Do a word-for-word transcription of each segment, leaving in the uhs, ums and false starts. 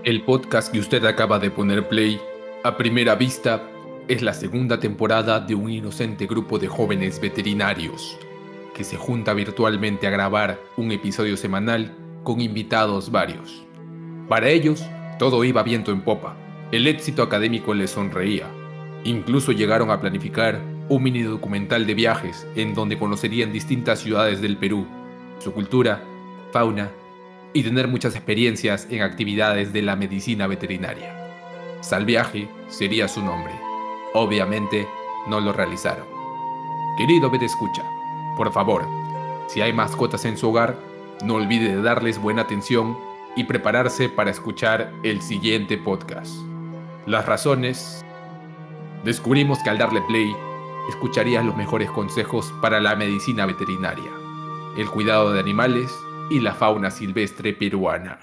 El podcast que usted acaba de poner play, a primera vista, es la segunda temporada de un inocente grupo de jóvenes veterinarios que se junta virtualmente a grabar un episodio semanal con invitados varios. Para ellos, todo iba viento en popa. El éxito académico les sonreía. Incluso llegaron a planificar un mini documental de viajes en donde conocerían distintas ciudades del Perú, su cultura, fauna y tener muchas experiencias en actividades de la medicina veterinaria. Salviaje sería su nombre. Obviamente, no lo realizaron. Querido Escucha, por favor, si hay mascotas en su hogar, no olvide de darles buena atención y prepararse para escuchar el siguiente podcast. Las razones... Descubrimos que al darle play, escucharías los mejores consejos para la medicina veterinaria, el cuidado de animales y la fauna silvestre peruana.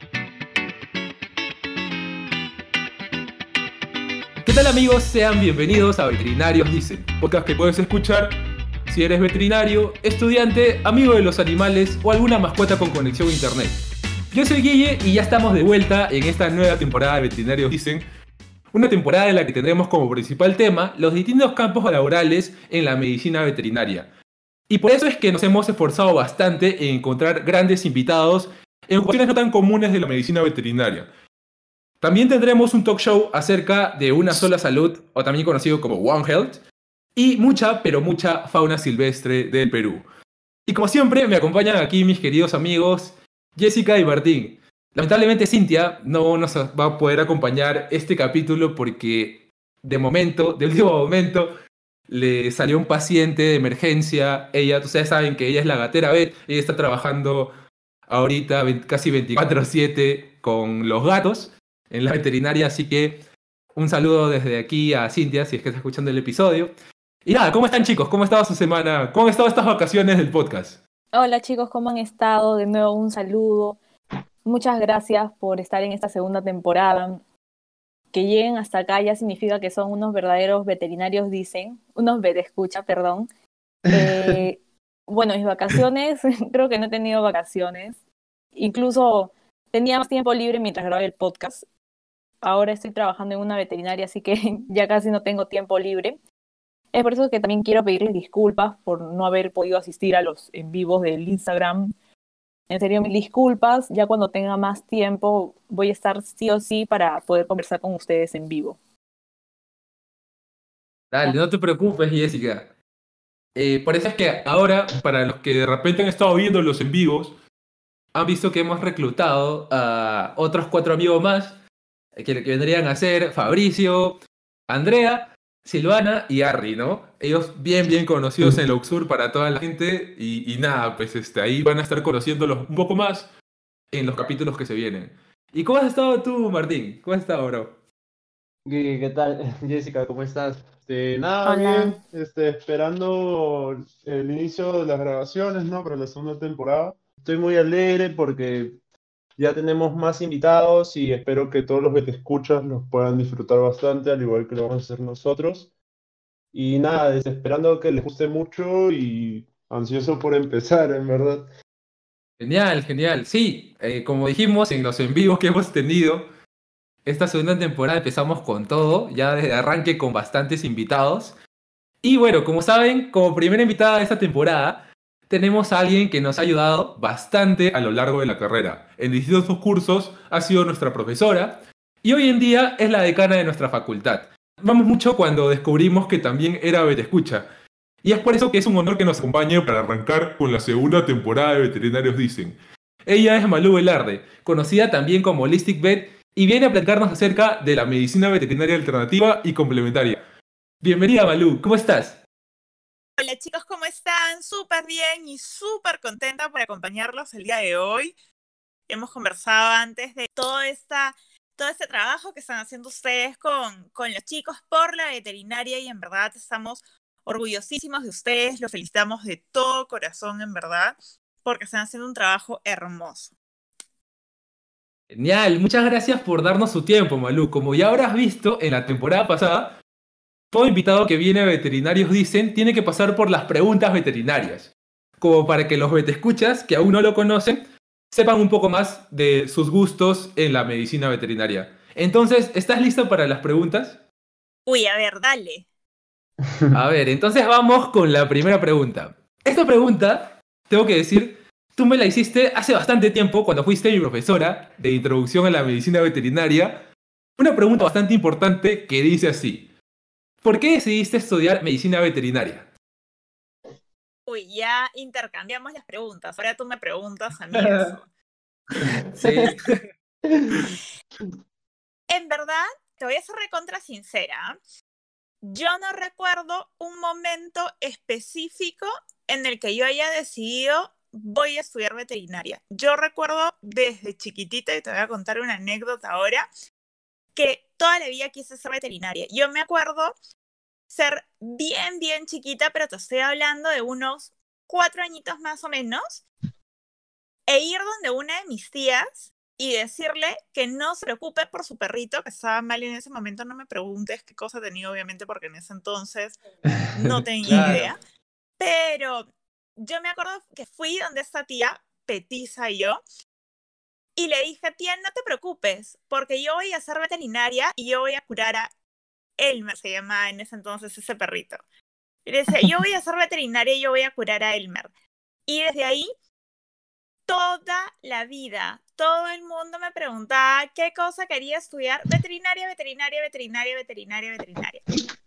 ¿Qué tal, amigos? Sean bienvenidos a Veterinarios Dicen, podcast que puedes escuchar si eres veterinario, estudiante, amigo de los animales o alguna mascota con conexión a internet. Yo soy Guille y ya estamos de vuelta en esta nueva temporada de Veterinarios Dicen, una temporada en la que tendremos como principal tema los distintos campos laborales en la medicina veterinaria. Y por eso es que nos hemos esforzado bastante en encontrar grandes invitados en cuestiones no tan comunes de la medicina veterinaria. También tendremos un talk show acerca de una sola salud, o también conocido como One Health, y mucha, pero mucha fauna silvestre del Perú. Y como siempre, me acompañan aquí mis queridos amigos Jessica y Martín. Lamentablemente Cintia no nos va a poder acompañar este capítulo porque de momento, de último momento, le salió un paciente de emergencia. Ella, ustedes saben que ella es la gatera vet, ella está trabajando ahorita casi veinticuatro siete con los gatos en la veterinaria, así que un saludo desde aquí a Cintia, si es que está escuchando el episodio. Y nada, ¿cómo están, chicos? ¿Cómo ha estado su semana? ¿Cómo han estado estas vacaciones del podcast? Hola, chicos, ¿cómo han estado? De nuevo un saludo. Muchas gracias por estar en esta segunda temporada. Que lleguen hasta acá ya significa que son unos verdaderos veterinarios, dicen. Unos vet escucha, perdón. Eh, bueno, mis vacaciones, creo que no he tenido vacaciones. Incluso tenía más tiempo libre mientras grababa el podcast. Ahora estoy trabajando en una veterinaria, así que ya casi no tengo tiempo libre. Es por eso que también quiero pedirles disculpas por no haber podido asistir a los en vivos del Instagram. En serio, mil disculpas. Ya cuando tenga más tiempo voy a estar sí o sí para poder conversar con ustedes en vivo. Dale, no te preocupes, Jessica. Eh, por eso es que ahora, para los que de repente han estado viendo los en vivos, han visto que hemos reclutado a otros cuatro amigos más, que, que vendrían a ser Fabricio, Andrea, Silvana y Harry, ¿no? Ellos bien, bien conocidos en Luxur para toda la gente y, y nada, pues este, ahí van a estar conociéndolos un poco más en los capítulos que se vienen. ¿Y cómo has estado tú, Martín? ¿Cómo has estado, bro? ¿Qué, qué tal, Jessica? ¿Cómo estás? Este, nada, Hola. bien, este, esperando el inicio de las grabaciones, ¿no? Para la segunda temporada. Estoy muy alegre porque ya tenemos más invitados y espero que todos los que te escuchas los puedan disfrutar bastante, al igual que lo vamos a hacer nosotros. Y nada, desde esperando que les guste mucho y ansioso por empezar, en verdad. Genial, genial. Sí, eh, como dijimos en los en vivos que hemos tenido, esta segunda temporada empezamos con todo, ya desde arranque con bastantes invitados. Y bueno, como saben, como primera invitada de esta temporada, tenemos a alguien que nos ha ayudado bastante a lo largo de la carrera. En distintos cursos ha sido nuestra profesora y hoy en día es la decana de nuestra facultad. Vamos mucho cuando descubrimos que también era Escucha. Y es por eso que es un honor que nos acompañe para arrancar con la segunda temporada de Veterinarios Dicen. Ella es Malú Velarde, conocida también como Holistic Vet, y viene a platicarnos acerca de la medicina veterinaria alternativa y complementaria. Bienvenida, Malú, ¿cómo estás? Hola, chicos, ¿cómo están? Súper bien y súper contenta por acompañarlos el día de hoy. Hemos conversado antes de todo, esta, todo este trabajo que están haciendo ustedes con, con los chicos por la veterinaria y en verdad estamos orgullosísimos de ustedes, los felicitamos de todo corazón, en verdad, porque están haciendo un trabajo hermoso. Genial, muchas gracias por darnos su tiempo, Malú. Como ya habrás visto en la temporada pasada, todo invitado que viene a Veterinarios Dicen tiene que pasar por las preguntas veterinarias, como para que los vetescuchas que aún no lo conocen sepan un poco más de sus gustos en la medicina veterinaria. Entonces, ¿estás lista para las preguntas? Uy, a ver, dale. A ver, entonces vamos con la primera pregunta. Esta pregunta, tengo que decir, tú me la hiciste hace bastante tiempo cuando fuiste mi profesora de introducción a la medicina veterinaria. Una pregunta bastante importante que dice así: ¿por qué decidiste estudiar medicina veterinaria? Uy, ya intercambiamos las preguntas. Ahora tú me preguntas a mí eso. Sí. En verdad, te voy a ser recontra sincera. Yo no recuerdo un momento específico en el que yo haya decidido voy a estudiar veterinaria. Yo recuerdo desde chiquitita, y te voy a contar una anécdota ahora, que toda la vida quise ser veterinaria. Yo me acuerdo ser bien, bien chiquita, pero te estoy hablando de unos cuatro añitos más o menos, e ir donde una de mis tías y decirle que no se preocupe por su perrito, que estaba mal en ese momento. No me preguntes qué cosa tenía, obviamente, porque en ese entonces no tenía Claro. idea. Pero yo me acuerdo que fui donde esta tía, petiza y yo, y le dije, tía, no te preocupes, porque yo voy a ser veterinaria y yo voy a curar a Elmer, se llamaba en ese entonces ese perrito. Y le decía, yo voy a ser veterinaria y yo voy a curar a Elmer. Y desde ahí, toda la vida, todo el mundo me preguntaba qué cosa quería estudiar. Veterinaria, veterinaria, veterinaria, veterinaria, veterinaria.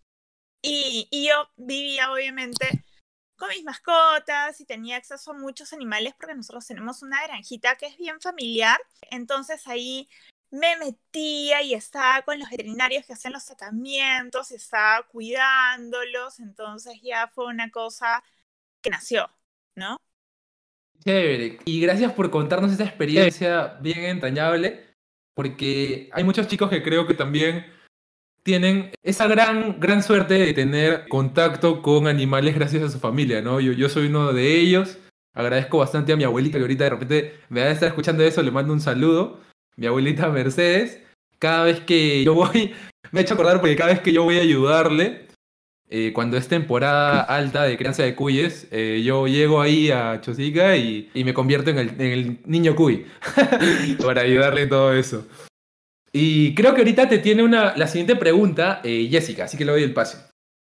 Y, y yo vivía, obviamente, con mis mascotas y tenía acceso a muchos animales porque nosotros tenemos una granjita que es bien familiar. Entonces ahí me metía y estaba con los veterinarios que hacen los tratamientos y estaba cuidándolos. Entonces ya fue una cosa que nació, ¿no? Chévere. Y gracias por contarnos esa experiencia bien entrañable, porque hay muchos chicos que creo que también tienen esa gran, gran suerte de tener contacto con animales gracias a su familia, ¿no? Yo, yo soy uno de ellos. Agradezco bastante a mi abuelita, que ahorita de repente me va a estar escuchando eso, le mando un saludo. Mi abuelita Mercedes. Cada vez que yo voy, me ha hecho acordar porque cada vez que yo voy a ayudarle, eh, cuando es temporada alta de crianza de cuyes, eh, yo llego ahí a Chosica y, y me convierto en el, en el niño cuy para ayudarle en todo eso. Y creo que ahorita te tiene una, la siguiente pregunta, eh, Jessica, así que le doy el paso.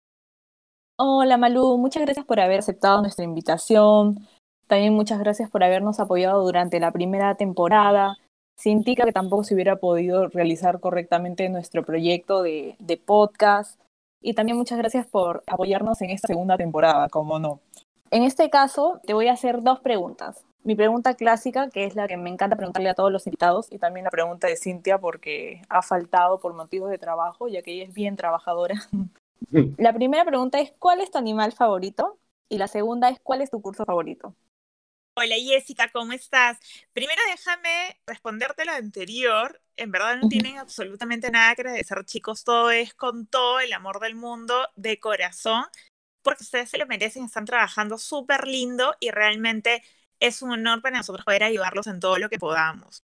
Hola Malú, muchas gracias por haber aceptado nuestra invitación. También muchas gracias por habernos apoyado durante la primera temporada. Sin ti creo que tampoco se hubiera podido realizar correctamente nuestro proyecto de, de podcast. Y también muchas gracias por apoyarnos en esta segunda temporada, como no. En este caso, te voy a hacer dos preguntas. Mi pregunta clásica, que es la que me encanta preguntarle a todos los invitados, y también la pregunta de Cintia, porque ha faltado por motivos de trabajo, ya que ella es bien trabajadora. La primera pregunta es, ¿cuál es tu animal favorito? Y la segunda es, ¿cuál es tu curso favorito? Hola Jessica, ¿cómo estás? Primero déjame responderte lo anterior. En verdad no tienen absolutamente nada que agradecer, chicos. Todo es con todo el amor del mundo, de corazón, porque ustedes se lo merecen, están trabajando súper lindo y realmente es un honor para nosotros poder ayudarlos en todo lo que podamos.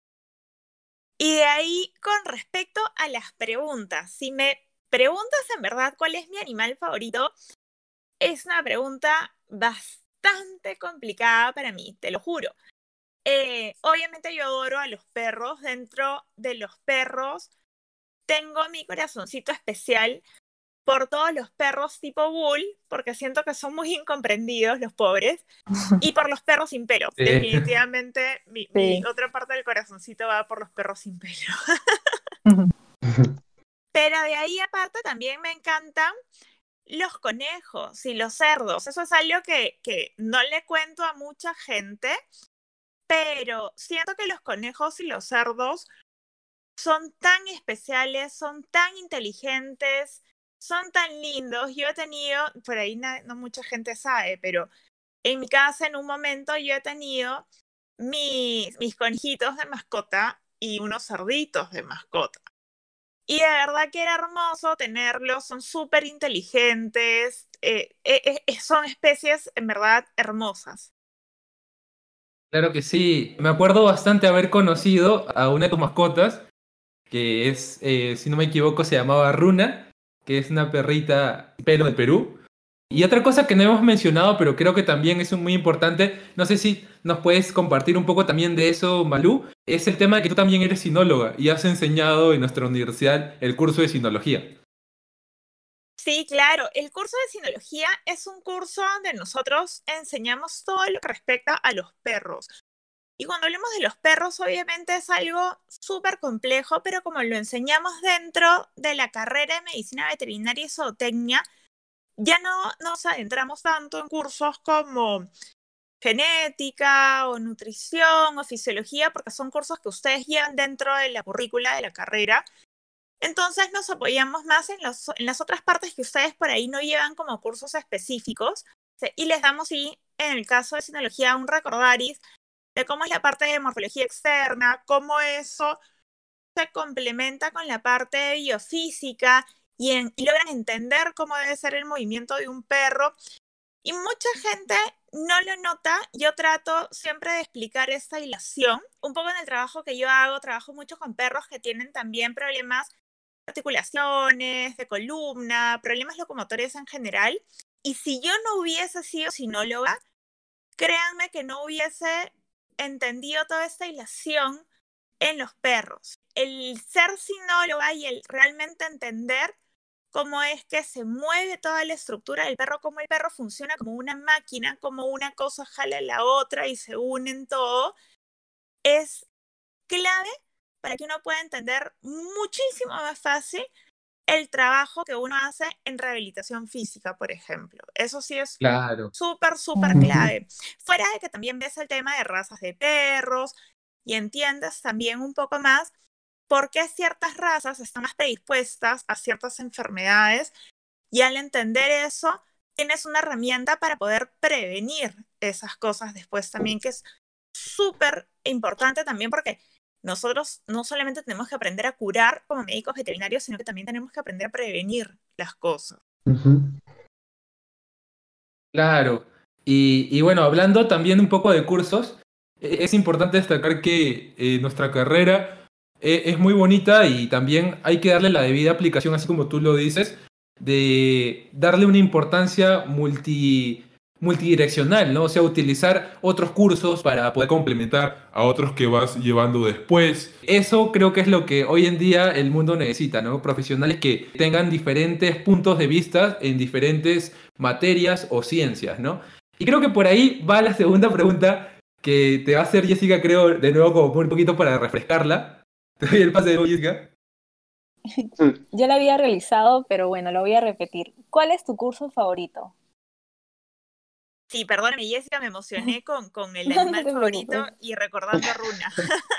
Y de ahí, con respecto a las preguntas, si me preguntas en verdad cuál es mi animal favorito, es una pregunta bastante complicada para mí, te lo juro. Eh, obviamente yo adoro a los perros. Dentro de los perros tengo mi corazoncito especial por todos los perros tipo Bull, porque siento que son muy incomprendidos los pobres, y por los perros sin pelo. Sí. Definitivamente mi, Sí. mi otra parte del corazoncito va por los perros sin pelo. Pero de ahí aparte también me encantan los conejos y los cerdos. Eso es algo que, que no le cuento a mucha gente, pero siento que los conejos y los cerdos son tan especiales, son tan inteligentes, son tan lindos. Yo he tenido, por ahí no, no mucha gente sabe, pero en mi casa en un momento yo he tenido mis, mis conejitos de mascota y unos cerditos de mascota. Y de verdad que era hermoso tenerlos, son súper inteligentes, eh, eh, eh, son especies en verdad hermosas. Claro que sí. Me acuerdo bastante haber conocido a una de tus mascotas, que es, eh, si no me equivoco, se llamaba Runa, que es una perrita pelo de Perú. Y otra cosa que no hemos mencionado, pero creo que también es muy importante, no sé si nos puedes compartir un poco también de eso, Malú, es el tema de que tú también eres sinóloga y has enseñado en nuestra universidad el curso de sinología. Sí, claro. El curso de sinología es un curso donde nosotros enseñamos todo lo que respecta a los perros. Y cuando hablamos de los perros, obviamente es algo súper complejo, pero como lo enseñamos dentro de la carrera de medicina veterinaria y zootecnia, ya no nos adentramos tanto en cursos como genética o nutrición o fisiología, porque son cursos que ustedes llevan dentro de la currícula de la carrera. Entonces nos apoyamos más en, los, en las otras partes que ustedes por ahí no llevan como cursos específicos, y les damos, sí, en el caso de sinología, un recordaris de cómo es la parte de morfología externa, cómo eso se complementa con la parte de biofísica y, en, y logran entender cómo debe ser el movimiento de un perro. Y mucha gente no lo nota. Yo trato siempre de explicar esta hilación. Un poco en el trabajo que yo hago, trabajo mucho con perros que tienen también problemas de articulaciones, de columna, problemas locomotores en general. Y si yo no hubiese sido sinóloga, créanme que no hubiese entendido toda esta hilación en los perros. El ser sinóloga y el realmente entender cómo es que se mueve toda la estructura del perro, cómo el perro funciona como una máquina, cómo una cosa jala a la otra y se unen todo, es clave para que uno pueda entender muchísimo más fácil el trabajo que uno hace en rehabilitación física, por ejemplo. Eso sí es Claro. súper, súper clave. Fuera de que también ves el tema de razas de perros y entiendes también un poco más por qué ciertas razas están más predispuestas a ciertas enfermedades, y al entender eso, tienes una herramienta para poder prevenir esas cosas después también, que es súper importante también, porque nosotros no solamente tenemos que aprender a curar como médicos veterinarios, sino que también tenemos que aprender a prevenir las cosas. Ujú. Claro. Y, y bueno, hablando también un poco de cursos, e- es importante destacar que eh, nuestra carrera eh, es muy bonita y también hay que darle la debida aplicación, así como tú lo dices, de darle una importancia multi, multidireccional, ¿no? O sea, utilizar otros cursos para poder complementar a otros que vas llevando después. Eso creo que es lo que hoy en día el mundo necesita, ¿no? Profesionales que tengan diferentes puntos de vista en diferentes materias o ciencias, ¿no? Y creo que por ahí va la segunda pregunta que te va a hacer Jessica, creo, de nuevo como un poquito para refrescarla. Te doy el pase de nuevo, Jessica. Ya la había realizado, pero bueno, lo voy a repetir. ¿Cuál es tu curso favorito? Sí, perdóname, Jessica, me emocioné con, con el No, no animal te favorito preocupes. y recordando a Runa.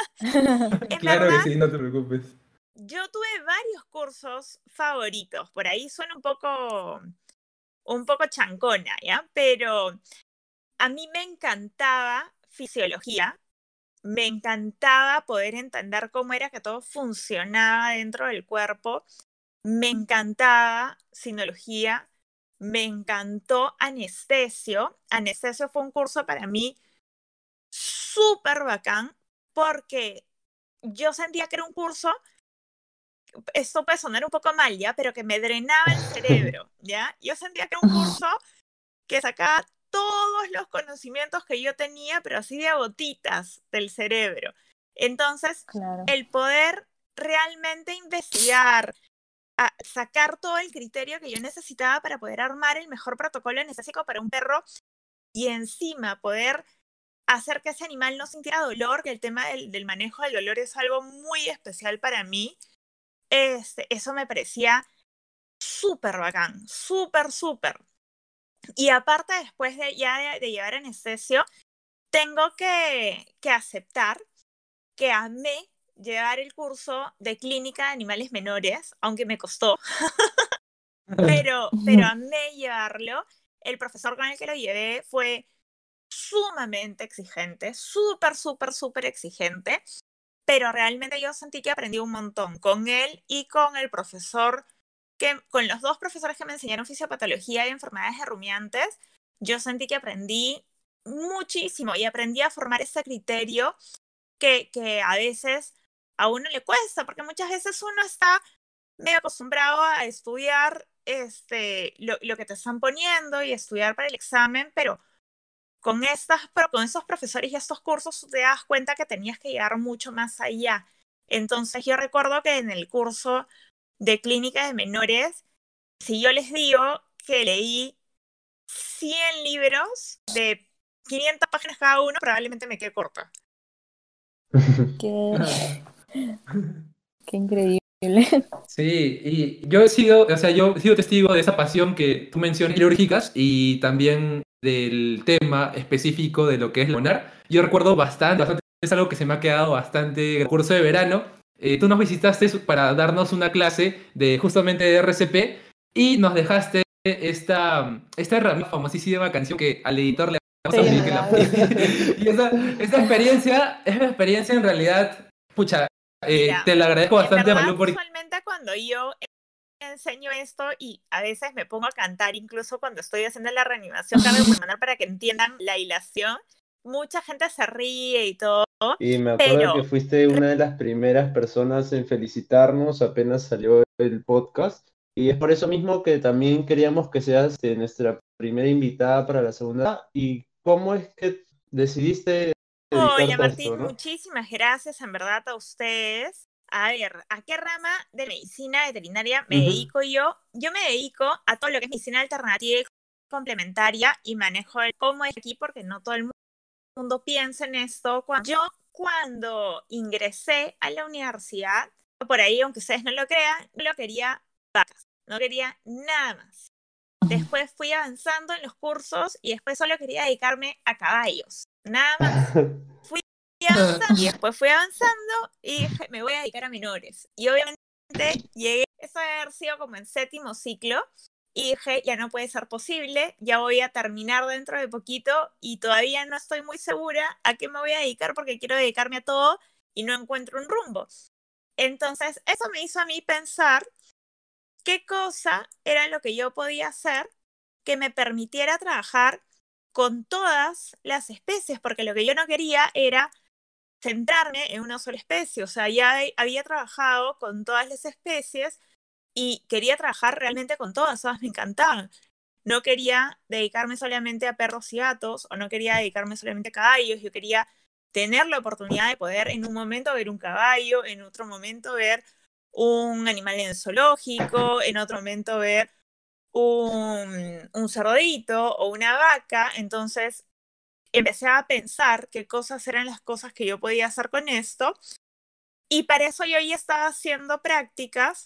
En Claro que verdad, sí, no te preocupes. yo tuve varios cursos favoritos. Por ahí suena un poco, un poco chancona, ¿ya? Pero a mí me encantaba fisiología. Me encantaba poder entender cómo era que todo funcionaba dentro del cuerpo. Me encantaba sinología. Me encantó anestesio. Anestesio fue un curso para mí súper bacán porque yo sentía que era un curso, esto puede sonar un poco mal, ¿ya? Pero que me drenaba el cerebro, ¿ya? Yo sentía que era un curso que sacaba todos los conocimientos que yo tenía, pero así de a gotitas del cerebro. Entonces, Claro. el poder realmente investigar, a sacar todo el criterio que yo necesitaba para poder armar el mejor protocolo anestésico para un perro y encima poder hacer que ese animal no sintiera dolor, que el tema del, del manejo del dolor es algo muy especial para mí. Este, eso me parecía súper bacán, súper, súper. Y aparte, después de ya de, de llevar anestesio, tengo que, que aceptar que amé llevar el curso de clínica de animales menores, aunque me costó, pero, pero amé llevarlo. El profesor con el que lo llevé fue sumamente exigente, súper, súper, súper exigente, pero realmente yo sentí que aprendí un montón con él y con el profesor, que, con los dos profesores que me enseñaron fisiopatología y enfermedades de rumiantes. Yo sentí que aprendí muchísimo y aprendí a formar ese criterio que, que a veces a uno le cuesta, porque muchas veces uno está medio acostumbrado a estudiar este, lo, lo que te están poniendo y estudiar para el examen, pero con, estas, pero con estos profesores y estos cursos te das cuenta que tenías que llegar mucho más allá. Entonces yo recuerdo que en el curso de clínica de menores, si yo les digo que leí cien libros de quinientas páginas cada uno, probablemente me quede corta. Qué, qué increíble. Sí, y yo he sido, o sea, yo he sido testigo de esa pasión que tú mencionas, quirúrgicas, y también del tema específico de lo que es la lunar. Yo recuerdo bastante, bastante, es algo que se me ha quedado bastante en el curso de verano. Eh, tú nos visitaste para darnos una clase de justamente de R C P y nos dejaste esta, esta herramienta, famosísima canción que al editor le vamos a Sí, pedir que la y esa, esa experiencia, esa experiencia en realidad, pucha, eh, Mira, te la agradezco en bastante, verdad, Malú, porque usualmente cuando yo enseño esto y a veces me pongo a cantar, incluso cuando estoy haciendo la reanimación cardiopulmonar para que entiendan la hilación, mucha gente se ríe y todo, Y me acuerdo que pero fuiste una de las primeras personas en felicitarnos apenas salió el podcast. Y es por eso mismo que también queríamos que seas eh, nuestra primera invitada para la segunda. ¿Y cómo es que decidiste oye, dedicarte a esto, Martín, no? muchísimas gracias en verdad a ustedes. A ver, ¿a qué rama de medicina veterinaria me Ujú. dedico yo? Yo me dedico a todo lo que es medicina alternativa y complementaria y manejo el cómo es aquí porque no todo el mundo piensa en esto. Cuando yo cuando ingresé a la universidad, por ahí, aunque ustedes no lo crean, no quería vacas, no quería nada más. Después fui avanzando en los cursos y después solo quería dedicarme a caballos, nada más. Fui avanzando y después fui avanzando y dije, me voy a dedicar a menores. Y obviamente llegué, eso debe haber sido como en séptimo ciclo, y dije, ya no puede ser posible, ya voy a terminar dentro de poquito y todavía no estoy muy segura a qué me voy a dedicar porque quiero dedicarme a todo y no encuentro un rumbo. Entonces, eso me hizo a mí pensar qué cosa era lo que yo podía hacer que me permitiera trabajar con todas las especies, porque lo que yo no quería era centrarme en una sola especie, o sea, ya había trabajado con todas las especies y quería trabajar realmente con todas, todas me encantaban. No quería dedicarme solamente a perros y gatos, o no quería dedicarme solamente a caballos, yo quería tener la oportunidad de poder en un momento ver un caballo, en otro momento ver un animal en el zoológico, en otro momento ver un, un cerdito o una vaca. Entonces empecé a pensar qué cosas eran las cosas que yo podía hacer con esto, y para eso yo ya estaba haciendo prácticas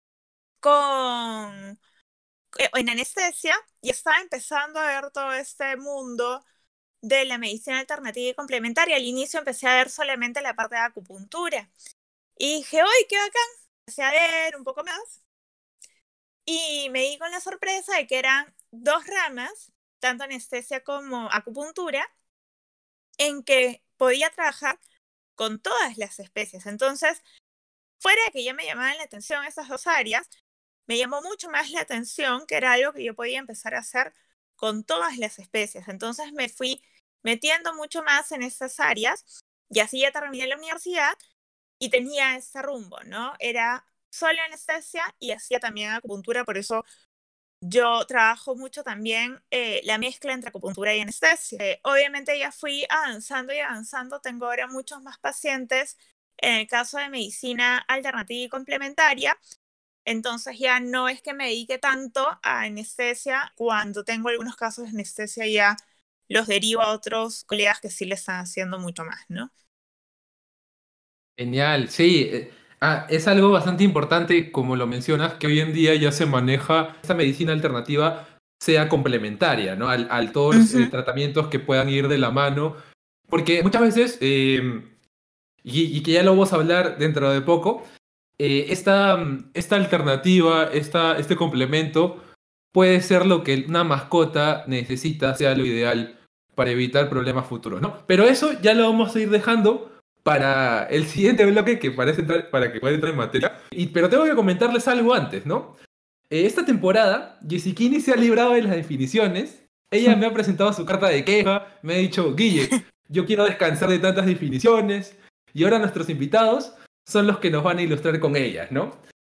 con en anestesia y estaba empezando a ver todo este mundo de la medicina alternativa y complementaria. Al inicio empecé a ver solamente la parte de acupuntura y dije, ¡ay, qué bacán! Empecé a ver un poco más y me di con la sorpresa de que eran dos ramas, tanto anestesia como acupuntura, en que podía trabajar con todas las especies. Entonces, fuera de que ya me llamaban la atención esas dos áreas, me llamó mucho más la atención que era algo que yo podía empezar a hacer con todas las especies. Entonces me fui metiendo mucho más en esas áreas y así ya terminé la universidad y tenía ese rumbo, ¿no? Era solo anestesia y hacía también acupuntura, por eso yo trabajo mucho también eh, la mezcla entre acupuntura y anestesia. Eh, obviamente ya fui avanzando y avanzando, tengo ahora muchos más pacientes en el caso de medicina alternativa y complementaria. Entonces ya no es que me dedique tanto a anestesia, cuando tengo algunos casos de anestesia ya los derivo a otros colegas que sí le están haciendo mucho más, ¿no? Genial, sí. eh, ah, es algo bastante importante, como lo mencionas, que hoy en día ya se maneja esta medicina alternativa sea complementaria, ¿no? Al, al todos los eh, Uh-huh. tratamientos que puedan ir de la mano. Porque muchas veces, eh, y, y que ya lo vamos a hablar dentro de poco, eh, esta, mm, esta alternativa, esta, este complemento, puede ser lo que una mascota necesita, sea lo ideal para evitar problemas futuros, ¿no? Pero eso ya lo vamos a ir dejando para el siguiente bloque que parece entrar, para que pueda entrar en materia. Y, pero tengo que comentarles algo antes, ¿no? Eh, esta temporada, Jessicini se ha librado de las definiciones. Ella me ha presentado su carta de queja, me ha dicho, Guille, yo quiero descansar de tantas definiciones. Y ahora nuestros invitados son los que nos van a ilustrar con ellas, ¿no?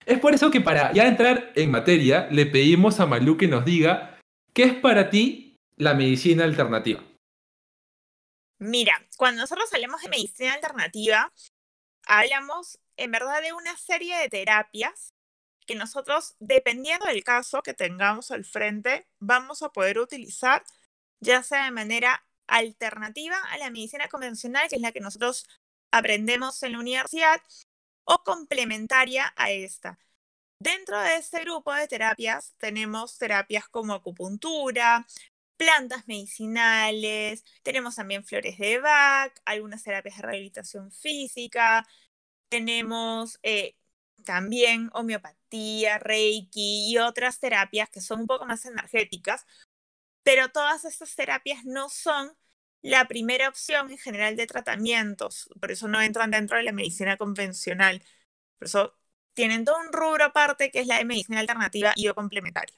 Es por eso que para ya entrar en materia, le pedimos a Malú que nos diga qué es para ti la medicina alternativa. Mira, cuando nosotros hablamos de medicina alternativa, hablamos en verdad de una serie de terapias que nosotros, dependiendo del caso que tengamos al frente, vamos a poder utilizar, ya sea de manera alternativa a la medicina convencional, que es la que nosotros aprendemos en la universidad, o complementaria a esta. Dentro de este grupo de terapias tenemos terapias como acupuntura, plantas medicinales, tenemos también flores de Bach, algunas terapias de rehabilitación física, tenemos eh, también homeopatía, reiki y otras terapias que son un poco más energéticas, pero todas estas terapias no son la primera opción en general de tratamientos, por eso no entran dentro de la medicina convencional, por eso tienen todo un rubro aparte que es la de medicina alternativa y o complementaria.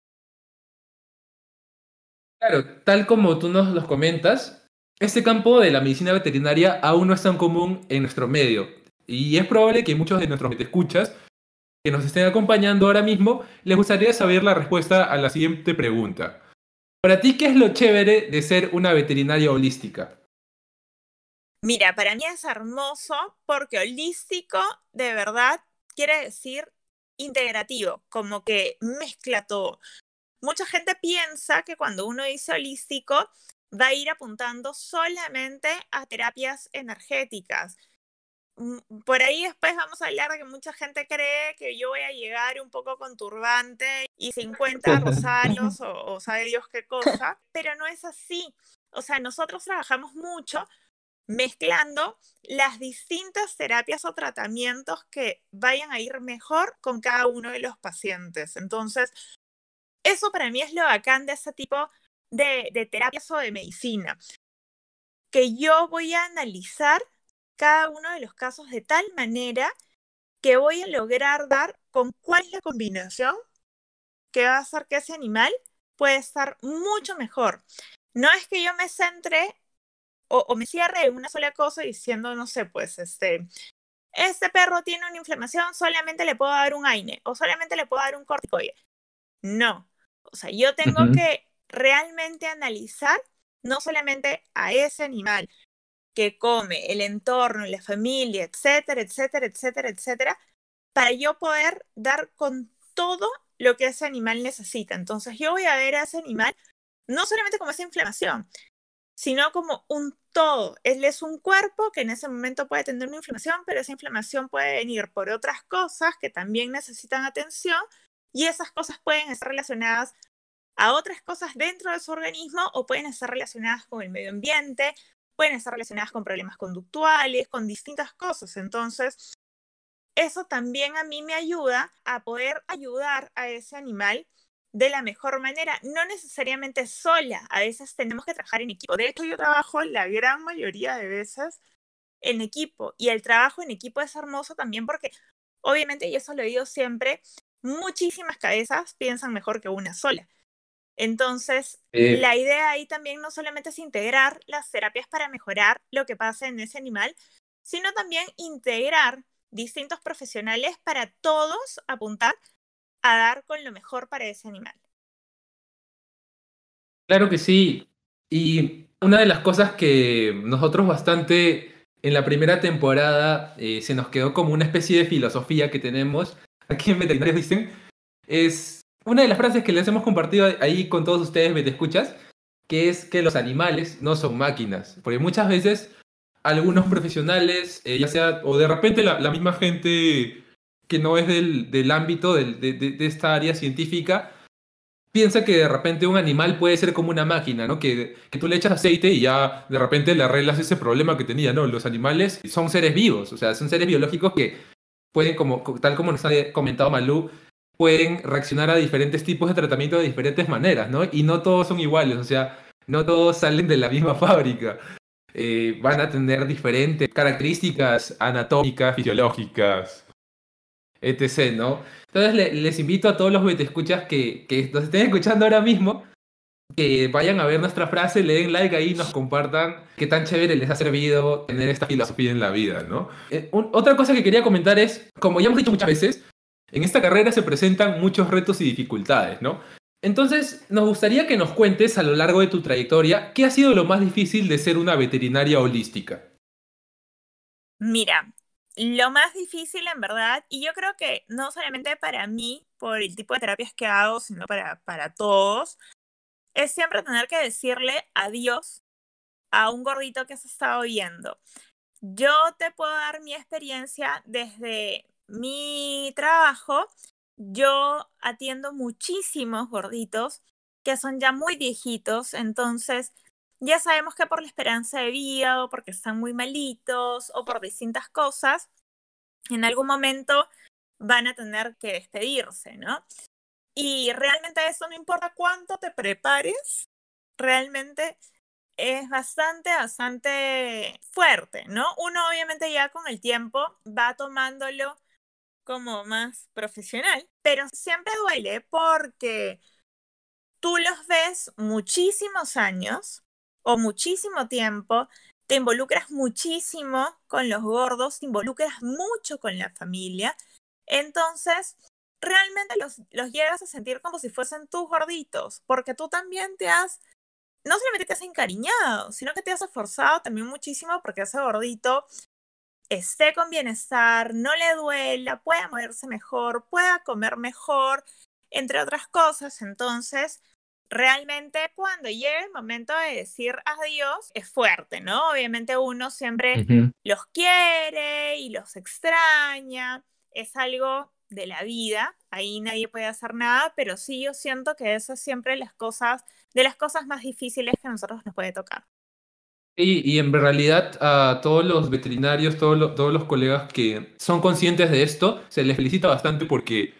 Claro, tal como tú nos los comentas, este campo de la medicina veterinaria aún no es tan común en nuestro medio. Y es probable que muchos de nuestros escuchas que nos estén acompañando ahora mismo les gustaría saber la respuesta a la siguiente pregunta. Para ti, ¿qué es lo chévere de ser una veterinaria holística? Mira, para mí es hermoso porque holístico de verdad quiere decir integrativo, como que mezcla todo. Mucha gente piensa que cuando uno dice holístico va a ir apuntando solamente a terapias energéticas. Por ahí después vamos a hablar de que mucha gente cree que yo voy a llegar un poco con turbante y cincuenta rosarios o, o sabe Dios qué cosa, pero no es así. O sea, nosotros trabajamos mucho mezclando las distintas terapias o tratamientos que vayan a ir mejor con cada uno de los pacientes. Entonces, eso para mí es lo bacán de ese tipo de, de terapias o de medicina, que yo voy a analizar cada uno de los casos de tal manera que voy a lograr dar con cuál es la combinación que va a hacer que ese animal pueda estar mucho mejor. No es que yo me centre o, o me cierre en una sola cosa diciendo, no sé, pues, este, este perro tiene una inflamación, solamente le puedo dar un AINE o solamente le puedo dar un corticoide. No, o sea, yo tengo uh-huh. que realmente analizar no solamente a ese animal que come, el entorno, la familia, etcétera, etcétera, etcétera, etcétera, para yo poder dar con todo lo que ese animal necesita. Entonces yo voy a ver a ese animal no solamente como esa inflamación, sino como un todo. Él es un cuerpo que en ese momento puede tener una inflamación, pero esa inflamación puede venir por otras cosas que también necesitan atención y esas cosas pueden estar relacionadas a otras cosas dentro de su organismo o pueden estar relacionadas con el medio ambiente, pueden estar relacionadas con problemas conductuales, con distintas cosas. Entonces, eso también a mí me ayuda a poder ayudar a ese animal de la mejor manera, no necesariamente sola. A veces tenemos que trabajar en equipo. De hecho, yo trabajo la gran mayoría de veces en equipo y el trabajo en equipo es hermoso también porque, obviamente, y eso lo digo siempre, muchísimas cabezas piensan mejor que una sola. Entonces, eh, la idea ahí también no solamente es integrar las terapias para mejorar lo que pasa en ese animal, sino también integrar distintos profesionales para todos apuntar a dar con lo mejor para ese animal. Claro que sí. Y una de las cosas que nosotros bastante en la primera temporada eh, se nos quedó como una especie de filosofía que tenemos aquí en Veterinarios Dicen es una de las frases que les hemos compartido ahí con todos ustedes, me te escuchas, que es que los animales no son máquinas. Porque muchas veces algunos profesionales, eh, ya sea, o de repente la, la misma gente que no es del, del ámbito del, de, de, de esta área científica, piensa que de repente un animal puede ser como una máquina, ¿no? Que, que tú le echas aceite y ya de repente le arreglas ese problema que tenía, ¿no? Los animales son seres vivos, o sea, son seres biológicos que pueden, como, tal como nos ha comentado Malú, pueden reaccionar a diferentes tipos de tratamiento de diferentes maneras, ¿no? Y no todos son iguales, o sea, no todos salen de la misma fábrica. Eh, van a tener diferentes características anatómicas, fisiológicas, etcétera, ¿no? Entonces le, les invito a todos los vetescuchas que, que nos estén escuchando ahora mismo que vayan a ver nuestra frase, le den like ahí y nos compartan qué tan chévere les ha servido tener esta filosofía en la vida, ¿no? Eh, un, otra cosa que quería comentar es, como ya hemos dicho muchas veces, En esta carrera se presentan muchos retos y dificultades, ¿no? Entonces, nos gustaría que nos cuentes a lo largo de tu trayectoria qué ha sido lo más difícil de ser una veterinaria holística. Mira, lo más difícil en verdad, y yo creo que no solamente para mí, por el tipo de terapias que hago, sino para, para todos, es siempre tener que decirle adiós a un gordito que has estado viendo. Yo te puedo dar mi experiencia desde mi trabajo. Yo atiendo muchísimos gorditos que son ya muy viejitos, entonces ya sabemos que por la esperanza de vida o porque están muy malitos o por distintas cosas, en algún momento van a tener que despedirse, ¿no? Y realmente eso no importa cuánto te prepares, realmente es bastante, bastante fuerte, ¿no? Uno obviamente ya con el tiempo va tomándolo como más profesional, pero siempre duele porque tú los ves muchísimos años o muchísimo tiempo, te involucras muchísimo con los gordos, te involucras mucho con la familia, entonces realmente los, los llegas a sentir como si fuesen tus gorditos, porque tú también te has, no solamente te has encariñado, sino que te has esforzado también muchísimo porque ese gordito esté con bienestar, no le duela, pueda moverse mejor, pueda comer mejor, entre otras cosas. Entonces, realmente cuando llega el momento de decir adiós, es fuerte, ¿no? Obviamente uno siempre Ujú. los quiere y los extraña, es algo de la vida, ahí nadie puede hacer nada, pero sí yo siento que eso es siempre las cosas, de las cosas más difíciles que a nosotros nos puede tocar. Y, y en realidad a todos los veterinarios, todos los, todos los colegas que son conscientes de esto, se les felicita bastante porque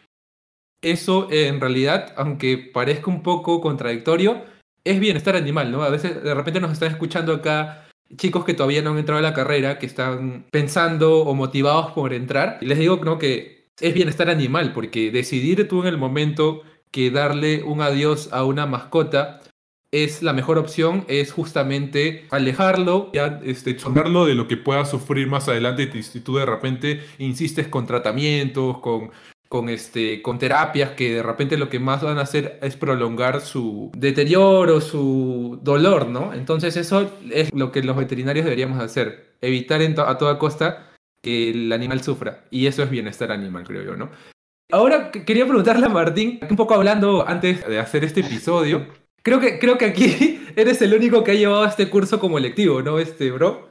eso eh, en realidad, aunque parezca un poco contradictorio, es bienestar animal, ¿no? A veces de repente nos están escuchando acá chicos que todavía no han entrado a la carrera, que están pensando o motivados por entrar, y les digo, ¿no? Que es bienestar animal, porque decidir tú en el momento que darle un adiós a una mascota es la mejor opción, es justamente alejarlo, ya este, exonerarlo de lo que pueda sufrir más adelante y si tú de repente insistes con tratamientos, con, con, este, con terapias que de repente lo que más van a hacer es prolongar su deterioro, su dolor, ¿no? Entonces eso es lo que los veterinarios deberíamos hacer, evitar en to- a toda costa que el animal sufra, y eso es bienestar animal, creo yo, ¿no? Ahora que- quería preguntarle a Martín, un poco hablando antes de hacer este episodio, creo que, creo que aquí eres el único que ha llevado este curso como electivo, ¿no, este, bro?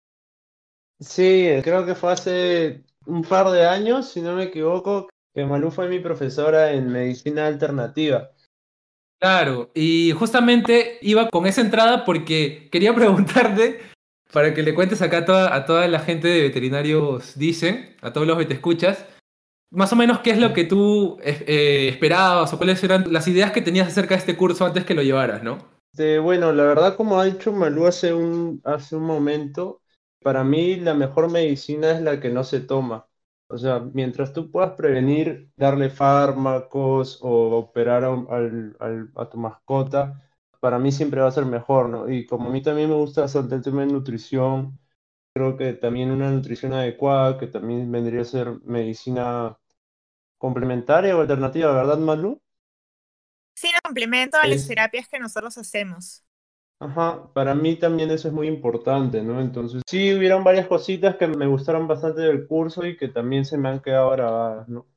Sí, creo que fue hace un par de años, si no me equivoco, que Malú fue mi profesora en medicina alternativa. Claro, y justamente iba con esa entrada porque quería preguntarte, para que le cuentes acá a toda, a toda la gente de veterinarios dicen, a todos los que te escuchas, más o menos qué es lo que tú eh, eh, esperabas o cuáles eran las ideas que tenías acerca de este curso antes que lo llevaras, ¿no? Este, bueno, la verdad, como ha dicho Malú hace un, hace un momento, para mí la mejor medicina es la que no se toma. O sea, mientras tú puedas prevenir, darle fármacos o operar a, un- al- al- a tu mascota, para mí siempre va a ser mejor, ¿no? Y como a mí también me gusta bastante el tema de nutrición, creo que también una nutrición adecuada, que también vendría a ser medicina complementaria o alternativa, ¿verdad, Malú? Sí, no complemento a las Es, terapias que nosotros hacemos. ajá, para mí también eso es muy importante, ¿no? Entonces, sí, hubieron varias cositas que me gustaron bastante del curso y que también se me han quedado grabadas, ¿no?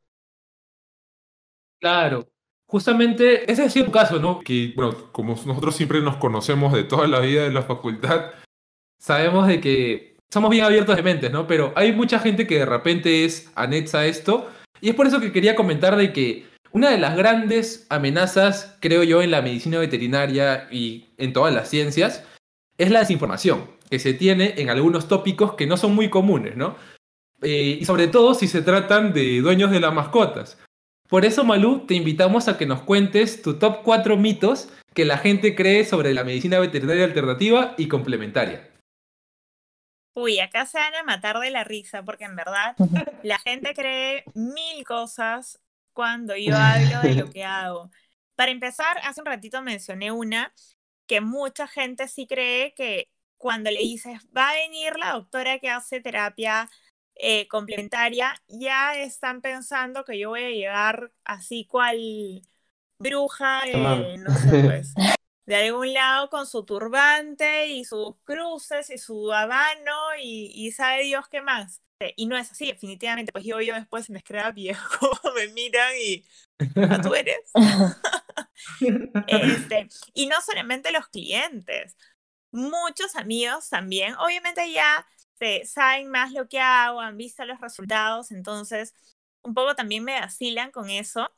Claro, justamente ese ha sido tu caso, ¿no? Que, bueno, como nosotros siempre nos conocemos de toda la vida de la facultad, sabemos de que somos bien abiertos de mentes, ¿no? Pero hay mucha gente que de repente es anexa a esto, y es por eso que quería comentar de que una de las grandes amenazas, creo yo, en la medicina veterinaria y en todas las ciencias, es la desinformación que se tiene en algunos tópicos que no son muy comunes, ¿no? Eh, y sobre todo si se tratan de dueños de las mascotas. Por eso, Malú, te invitamos a que nos cuentes tu top cuatro mitos que la gente cree sobre la medicina veterinaria alternativa y complementaria. Uy, acá se van a matar de la risa porque en verdad la gente cree mil cosas cuando yo hablo de lo que hago. Para empezar, hace un ratito mencioné una que mucha gente sí cree que cuando le dices, va a venir la doctora que hace terapia eh, complementaria, ya están pensando que yo voy a llegar así cual bruja, Chamán. eh, no sé, pues, de algún lado con su turbante y sus cruces y su habano y, y sabe Dios qué más. Y no es así, definitivamente. Pues yo, yo después en Scrap y como me miran y, ¿ah, tú eres? Este, y no solamente los clientes, muchos amigos también, obviamente ya eh, saben más lo que hago, han visto los resultados, entonces un poco también me vacilan con eso,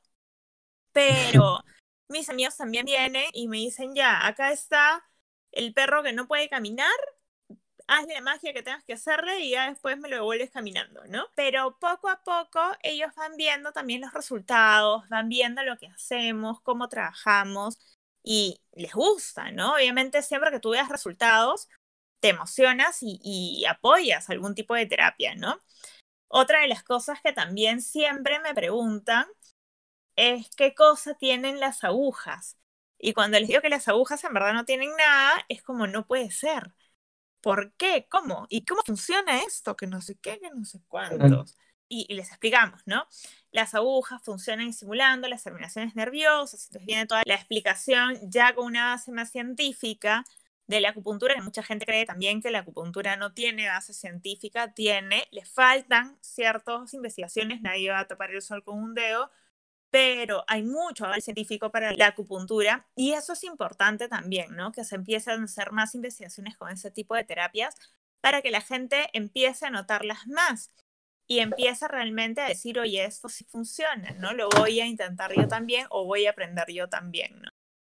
pero mis amigos también vienen y me dicen, ya, acá está el perro que no puede caminar, hazle la magia que tengas que hacerle y ya después me lo devuelves caminando, ¿no? Pero poco a poco ellos van viendo también los resultados, van viendo lo que hacemos, cómo trabajamos y les gusta, ¿no? Obviamente siempre que tú veas resultados, te emocionas y, y apoyas algún tipo de terapia, ¿no? Otra de las cosas que también siempre me preguntan es qué cosa tienen las agujas. Y cuando les digo que las agujas en verdad no tienen nada, es como no puede ser. ¿Por qué? ¿Cómo? ¿Y cómo funciona esto? Que no sé qué, que no sé cuántos. Y, y les explicamos, ¿no? Las agujas funcionan simulando las terminaciones nerviosas, entonces viene toda la explicación ya con una base más científica de la acupuntura, que mucha gente cree también que la acupuntura no tiene base científica, tiene, le faltan ciertas investigaciones, nadie va a tapar el sol con un dedo, pero hay mucho avance científico para la acupuntura y eso es importante también, ¿no? Que se empiecen a hacer más investigaciones con ese tipo de terapias para que la gente empiece a notarlas más y empiece realmente a decir, oye, esto sí funciona, ¿no? Lo voy a intentar yo también o voy a aprender yo también, ¿no?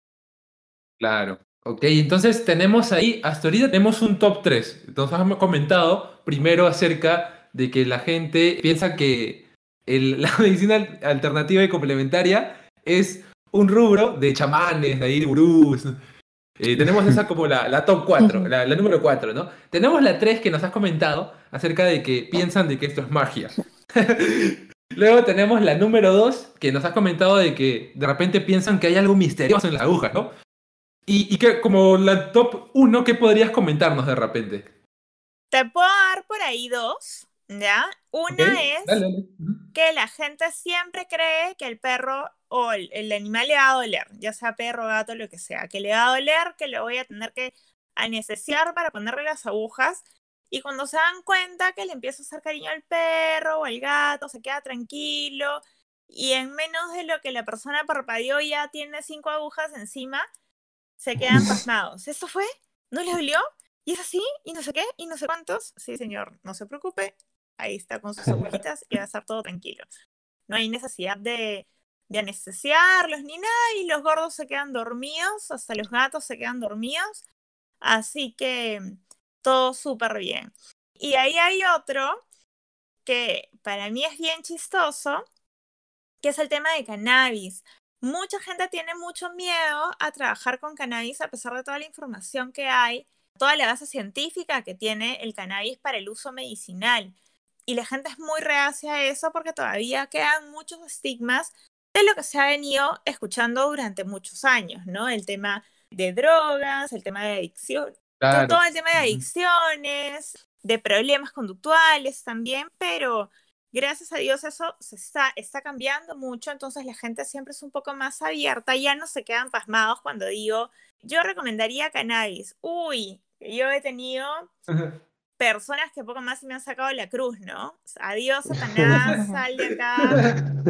Claro. Ok, entonces tenemos ahí, hasta ahorita tenemos un top tres. Entonces hemos comentado primero acerca de que la gente piensa que el- la medicina al- alternativa y complementaria es un rubro de chamanes, de ahí de gurús. Eh, tenemos esa como la, la top cuatro, la, la número cuatro, ¿no? Tenemos la tres que nos has comentado acerca de que piensan de que esto es magia. Luego tenemos la número dos que nos has comentado de que de repente piensan que hay algo misterioso en las agujas, ¿no? Y, y que como la top uno, ¿qué podrías comentarnos de repente? Te puedo dar por ahí dos, ¿ya? ¿Ok? Una es Dale, dale. Ujú. que la gente siempre cree que el perro o el, el animal le va a doler, ya sea perro, gato, lo que sea, que le va a doler, que lo voy a tener que anestesiar para ponerle las agujas. Y cuando se dan cuenta que le empieza a hacer cariño al perro o al gato, se queda tranquilo y en menos de lo que la persona parpadeó ya tiene cinco agujas encima, se quedan pasmados. ¿Esto fue? ¿No le dolió? ¿Y es así? ¿Y no sé qué? ¿Y no sé cuántos? Sí, señor, no se preocupe. Ahí está con sus agujitas y va a estar todo tranquilo. No hay necesidad de, de anestesiarlos ni nada y los gordos se quedan dormidos, hasta los gatos se quedan dormidos. Así que todo súper bien. Y ahí hay otro que para mí es bien chistoso, que es el tema de cannabis. Mucha gente tiene mucho miedo a trabajar con cannabis a pesar de toda la información que hay, toda la base científica que tiene el cannabis para el uso medicinal. Y la gente es muy reacia a eso porque todavía quedan muchos estigmas de lo que se ha venido escuchando durante muchos años, ¿no? El tema de drogas, el tema de adicción, to- Claro. todo el tema de Ujú. adicciones, de problemas conductuales también, pero gracias a Dios eso se está, está cambiando mucho, entonces la gente siempre es un poco más abierta, ya no se quedan pasmados cuando digo, yo recomendaría cannabis. Uy, yo he tenido personas que poco más se me han sacado la cruz, ¿no? Adiós, Satanás, sal de acá.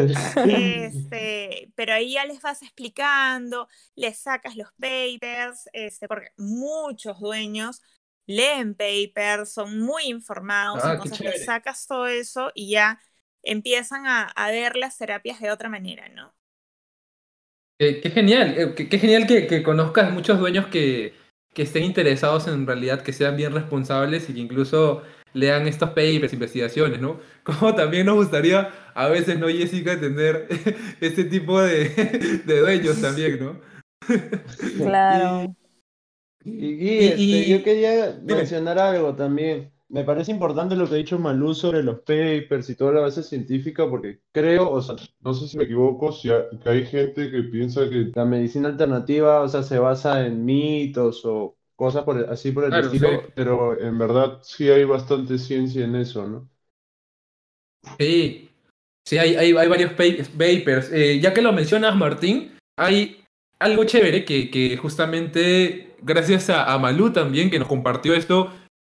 Este, pero ahí ya les vas explicando, les sacas los papers, este, porque muchos dueños leen papers, son muy informados, Ah, qué entonces les chévere. sacas todo eso y ya empiezan a, a ver las terapias de otra manera, ¿no? Qué, qué genial, eh, qué, qué genial que, que conozcas muchos dueños que, que estén interesados en realidad, que sean bien responsables y que incluso lean estos papers, investigaciones, ¿no? Como también nos gustaría a veces, ¿no, Jessica, tener este tipo de, de dueños también, ¿no? Y, Claro. Y, Gui, y, este, yo y- quería dime. mencionar algo también. Me parece importante lo que ha dicho Malú sobre los papers y toda la base científica, porque creo, o sea, no sé si me equivoco, si hay, que hay gente que piensa que la medicina alternativa, o sea, se basa en mitos o cosas por el- así por el Claro, sí. estilo, pero en verdad sí hay bastante ciencia en eso, ¿no? Sí, sí, hay, hay, hay varios pa- papers. Eh, ya que lo mencionas, Martín, hay algo chévere que, que justamente gracias a, a Malú también, que nos compartió esto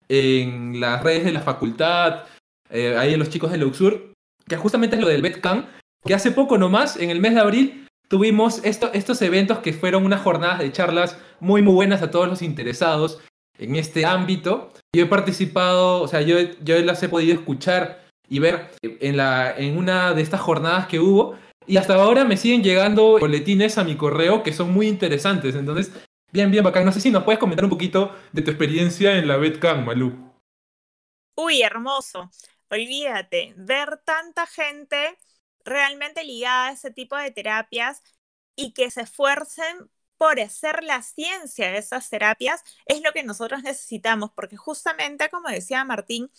en las redes de la facultad, eh, ahí en los chicos de Luxur, que justamente es lo del BetCan, que hace poco nomás, en el mes de abril, tuvimos esto- estos eventos que fueron unas jornadas de charlas muy, muy buenas a todos los interesados en este ámbito. Yo he participado, o sea, yo, yo las he podido escuchar y ver en, la, en una de estas jornadas que hubo, y hasta ahora me siguen llegando boletines a mi correo que son muy interesantes. Entonces, bien, bien bacán. No sé si nos puedes comentar un poquito de tu experiencia en la BetCan, Malú. Uy, hermoso. Olvídate, ver tanta gente realmente ligada a ese tipo de terapias y que se esfuercen por hacer la ciencia de esas terapias es lo que nosotros necesitamos, porque justamente, como decía Martín,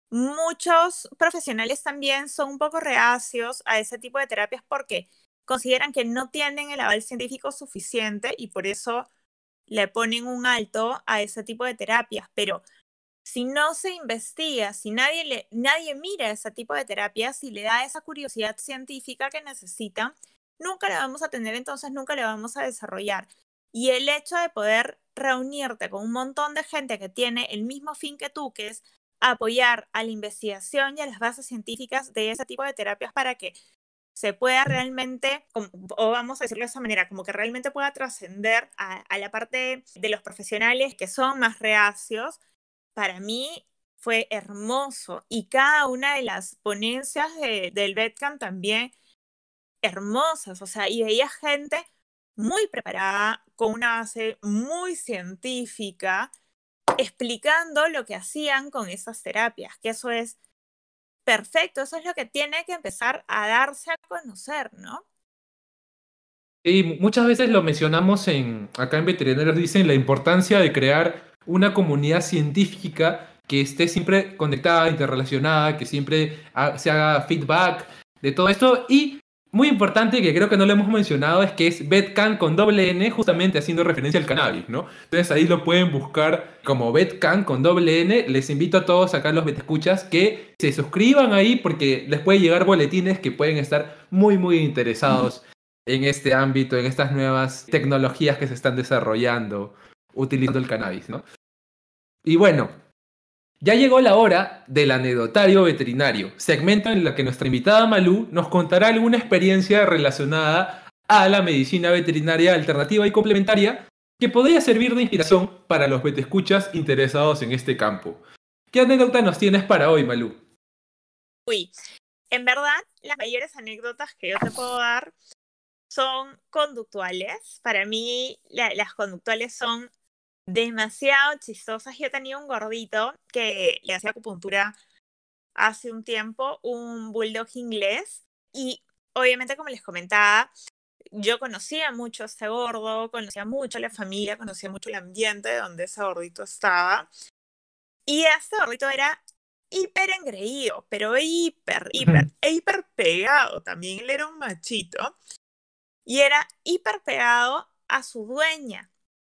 muchos profesionales también son un poco reacios a ese tipo de terapias porque consideran que no tienen el aval científico suficiente y por eso le ponen un alto a ese tipo de terapias, pero si no se investiga, si nadie, le, nadie mira ese tipo de terapias, si le da esa curiosidad científica que necesitan, nunca la vamos a tener, entonces nunca la vamos a desarrollar. Y el hecho de poder reunirte con un montón de gente que tiene el mismo fin que tú, que es apoyar a la investigación y a las bases científicas de ese tipo de terapias para que se pueda realmente, o vamos a decirlo de esa manera, como que realmente pueda trascender a, a la parte de los profesionales que son más reacios, para mí fue hermoso y cada una de las ponencias de, del BetCamp también hermosas, o sea, y veía gente muy preparada, con una base muy científica, explicando lo que hacían con esas terapias, que eso es perfecto, eso es lo que tiene que empezar a darse a conocer, ¿no? Y muchas veces lo mencionamos en, acá en Veterinarios dicen la importancia de crear una comunidad científica que esté siempre conectada, interrelacionada, que siempre ha- se haga feedback de todo esto. Y muy importante, que creo que no lo hemos mencionado, es que es Betcan con doble N, justamente haciendo referencia al cannabis, ¿no? Entonces ahí lo pueden buscar como Betcan con doble N. Les invito a todos acá los betescuchas que se suscriban ahí porque les puede llegar boletines que pueden estar muy, muy interesados en este ámbito, en estas nuevas tecnologías que se están desarrollando utilizando el cannabis, ¿no? Y bueno, ya llegó la hora del anecdotario veterinario, segmento en el que nuestra invitada Malú nos contará alguna experiencia relacionada a la medicina veterinaria alternativa y complementaria que podría servir de inspiración para los vetescuchas interesados en este campo. ¿Qué anécdota nos tienes para hoy, Malú? Uy, en verdad, las mayores anécdotas que yo te puedo dar son conductuales. Para mí, la, las conductuales son demasiado chistosas. Yo tenía un gordito que le hacía acupuntura hace un tiempo, un bulldog inglés, y obviamente, como les comentaba, yo conocía mucho a este gordo, conocía mucho a la familia, conocía mucho el ambiente donde ese gordito estaba, y este gordito era hiper engreído, pero hiper, hiper, e hiper pegado también. Él era un machito y era hiper pegado a su dueña.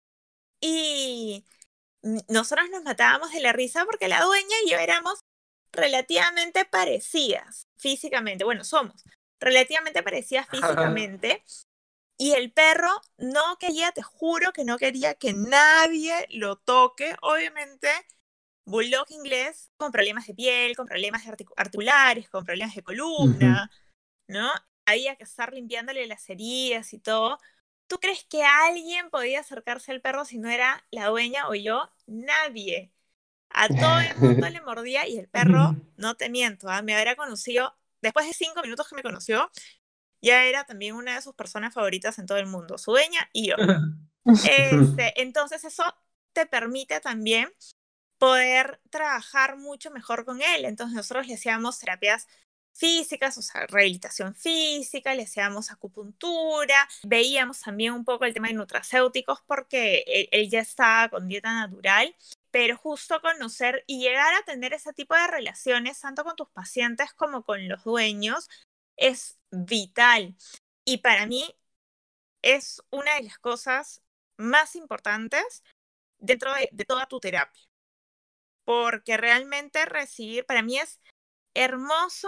Y nosotros nos matábamos de la risa porque la dueña y yo éramos relativamente parecidas físicamente. Bueno, somos relativamente parecidas físicamente. Y el perro no quería, te juro que no quería que nadie lo toque. Obviamente, bulldog inglés con problemas de piel, con problemas articulares, con problemas de columna, ¿no? Había que estar limpiándole las heridas y todo. ¿Tú crees que alguien podía acercarse al perro si no era la dueña o yo? Nadie. A todo el mundo le mordía y el perro, no te miento, ¿eh? Me habría conocido, después de cinco minutos que me conoció, ya era también una de sus personas favoritas en todo el mundo, su dueña y yo. Este, entonces eso te permite también poder trabajar mucho mejor con él. Entonces nosotros le hacíamos terapias físicas, o sea, rehabilitación física, le hacíamos acupuntura, veíamos también un poco el tema de nutracéuticos porque él, él ya estaba con dieta natural, pero justo conocer y llegar a tener ese tipo de relaciones, tanto con tus pacientes como con los dueños, es vital. Y para mí es una de las cosas más importantes dentro de, de toda tu terapia. Porque realmente recibir, para mí es hermoso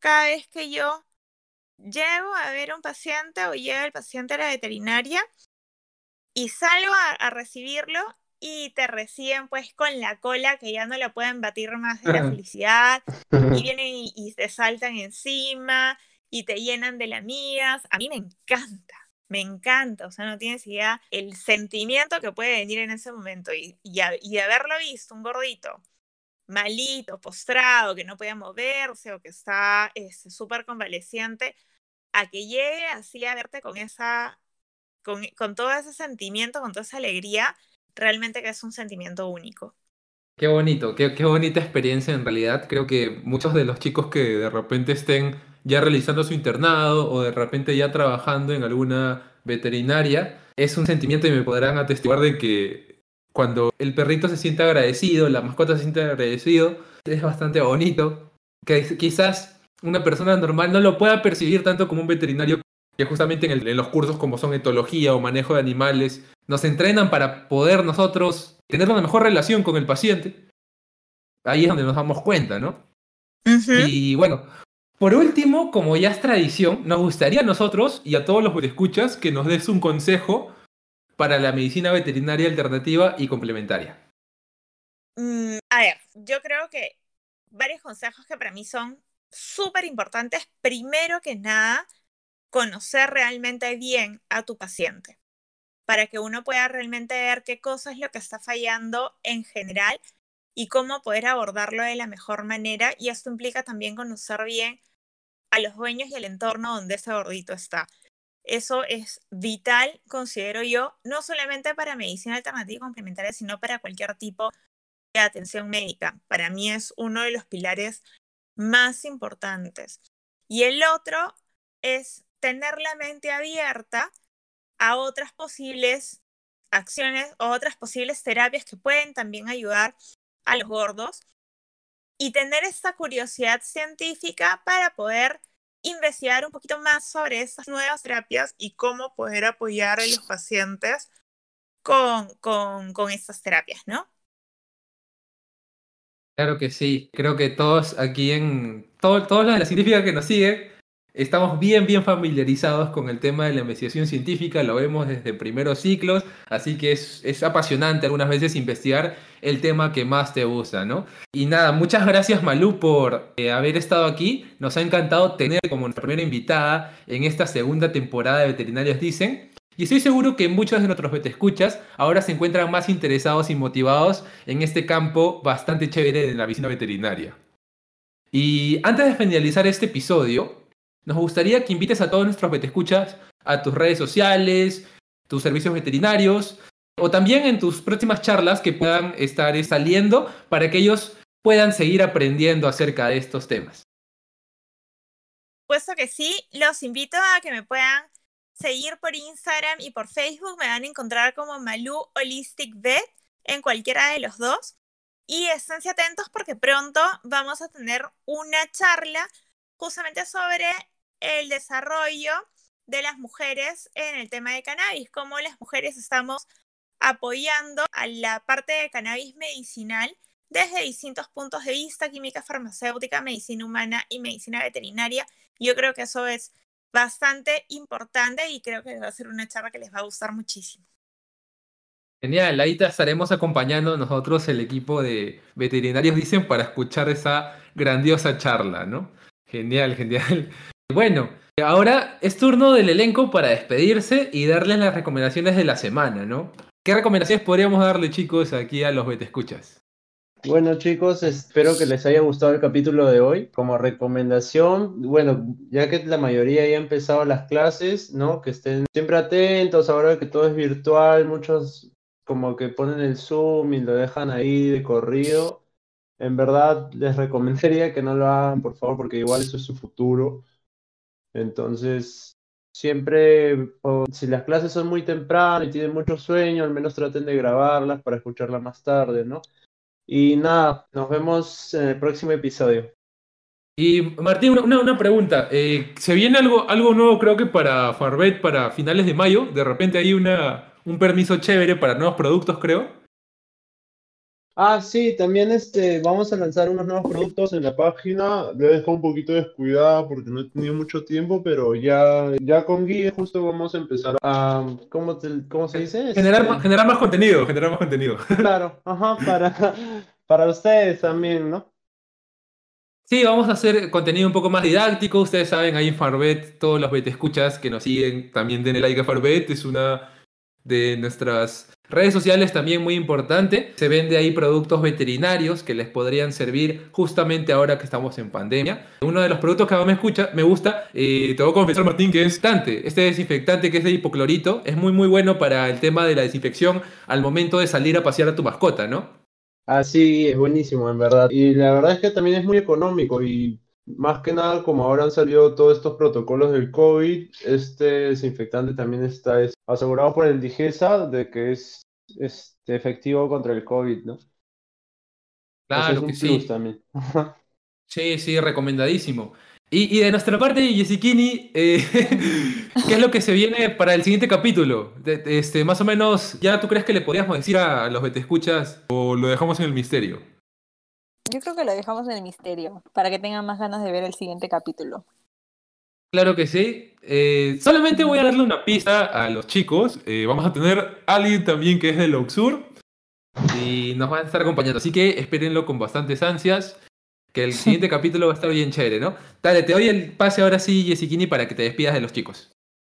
cada vez que yo llego a ver a un paciente o llega el paciente a la veterinaria y salgo a, a recibirlo y te reciben pues con la cola que ya no la pueden batir más de la felicidad y vienen y, y te saltan encima y te llenan de lamigas. A mí me encanta, me encanta, o sea, no tienes idea el sentimiento que puede venir en ese momento y, y, a, y haberlo visto, un gordito malito, postrado, que no podía moverse o que está este, súper convaleciente, a que llegue así a verte con esa, con, con todo ese sentimiento, con toda esa alegría, realmente que es un sentimiento único. Qué bonito, qué, qué bonita experiencia en realidad. Creo que muchos de los chicos que de repente estén ya realizando su internado o de repente ya trabajando en alguna veterinaria, es un sentimiento y me podrán atestiguar de que cuando el perrito se siente agradecido, la mascota se siente agradecido, es bastante bonito. Que quizás una persona normal no lo pueda percibir tanto como un veterinario, que justamente en, el, en los cursos como son etología o manejo de animales, nos entrenan para poder nosotros tener una mejor relación con el paciente. Ahí es donde nos damos cuenta, ¿no? Uh-huh. Y bueno, por último, como ya es tradición, nos gustaría a nosotros y a todos los que escuchas que nos des un consejo para la medicina veterinaria alternativa y complementaria. Mm, a ver, yo creo que varios consejos que para mí son súper importantes. Primero que nada, conocer realmente bien a tu paciente, para que uno pueda realmente ver qué cosa es lo que está fallando en general y cómo poder abordarlo de la mejor manera. Y esto implica también conocer bien a los dueños y el entorno donde ese gordito está. Eso es vital, considero yo, no solamente para medicina alternativa y complementaria, sino para cualquier tipo de atención médica. Para mí es uno de los pilares más importantes. Y el otro es tener la mente abierta a otras posibles acciones o otras posibles terapias que pueden también ayudar a los gordos y tener esta curiosidad científica para poder investigar un poquito más sobre estas nuevas terapias y cómo poder apoyar a los pacientes con, con, con estas terapias, ¿no? Claro que sí, creo que todos aquí en, todo, todos los de la científica que nos siguen, estamos bien, bien familiarizados con el tema de la investigación científica, lo vemos desde primeros ciclos, así que es, es apasionante algunas veces investigar el tema que más te gusta, ¿no? Y nada, muchas gracias Malú por eh, haber estado aquí, nos ha encantado tener como nuestra primera invitada en esta segunda temporada de Veterinarios Dicen. Y estoy seguro que muchos de nuestros vetescuchas ahora se encuentran más interesados y motivados en este campo bastante chévere de la medicina veterinaria. Y antes de finalizar este episodio, nos gustaría que invites a todos nuestros vetescuchas a tus redes sociales, tus servicios veterinarios, o también en tus próximas charlas que puedan estar saliendo para que ellos puedan seguir aprendiendo acerca de estos temas. Puesto que sí, los invito a que me puedan seguir por Instagram y por Facebook. Me van a encontrar como Malú Holistic Vet en cualquiera de los dos. Y esténse atentos porque pronto vamos a tener una charla justamente sobre el desarrollo de las mujeres en el tema de cannabis, cómo las mujeres estamos apoyando a la parte de cannabis medicinal desde distintos puntos de vista, química farmacéutica, medicina humana y medicina veterinaria. Yo creo que eso es bastante importante y creo que va a ser una charla que les va a gustar muchísimo. Genial, ahí te estaremos acompañando nosotros, el equipo de Veterinarios Dicen, para escuchar esa grandiosa charla, ¿no? Genial, genial. Bueno, ahora es turno del elenco para despedirse y darles las recomendaciones de la semana, ¿no? ¿Qué recomendaciones podríamos darle, chicos, aquí a los vetescuchas? Bueno, chicos, espero que les haya gustado el capítulo de hoy. Como recomendación, bueno, ya que la mayoría ya ha empezado las clases, ¿no? Que estén siempre atentos ahora que todo es virtual, muchos como que ponen el Zoom y lo dejan ahí de corrido. En verdad, les recomendaría que no lo hagan, por favor, porque igual eso es su futuro. Entonces, siempre, o, si las clases son muy temprano y tienen mucho sueño, al menos traten de grabarlas para escucharlas más tarde, ¿no? Y nada, nos vemos en el próximo episodio. Y Martín, una, una pregunta. Eh, ¿se viene algo, algo nuevo, creo que para Farvet para finales de mayo? De repente hay una, un permiso chévere para nuevos productos, creo. Ah, sí, también este, vamos a lanzar unos nuevos productos en la página. Le he dejado un poquito descuidada porque no he tenido mucho tiempo, pero ya, ya con Guille justo vamos a empezar a, ¿cómo, te- cómo se dice? Generar, ma- Este, generar más contenido, generar más contenido. claro, ajá, para, para ustedes también, ¿no? Sí, vamos a hacer contenido un poco más didáctico. Ustedes saben, ahí en Farbet, todos los Bet escuchas que nos siguen, también denle like a Farbet. Es una de nuestras redes sociales también muy importante. Se vende ahí productos veterinarios que les podrían servir justamente ahora que estamos en pandemia. Uno de los productos que más me escucha, me gusta, eh, te voy a confesar, Martín, que es desinfectante. Este desinfectante que es de hipoclorito es muy muy bueno para el tema de la desinfección al momento de salir a pasear a tu mascota, ¿no? Ah, sí, es buenísimo, en verdad. Y la verdad es que también es muy económico y más que nada, como ahora han salido todos estos protocolos del COVID, este desinfectante también está es, asegurado por el Digesa de que es este, efectivo contra el COVID, ¿no? Eso es Claro que un plus sí. también. Sí, sí, recomendadísimo. Y, y de nuestra parte, Yesikini, eh, ¿qué es lo que se viene para el siguiente capítulo? De- de- este, más o menos, ¿ya tú crees que le podríamos decir a los que te escuchas o lo dejamos en el misterio? Yo creo que lo dejamos en el misterio, para que tengan más ganas de ver el siguiente capítulo. Claro que sí. Eh, solamente voy a darle una pista a los chicos. Eh, vamos a tener a alguien también que es de Luxur y nos van a estar acompañando. Así que espérenlo con bastantes ansias. Que el siguiente capítulo va a estar bien chévere, ¿no? Dale, te doy el pase ahora sí, Yesikini, para que te despidas de los chicos.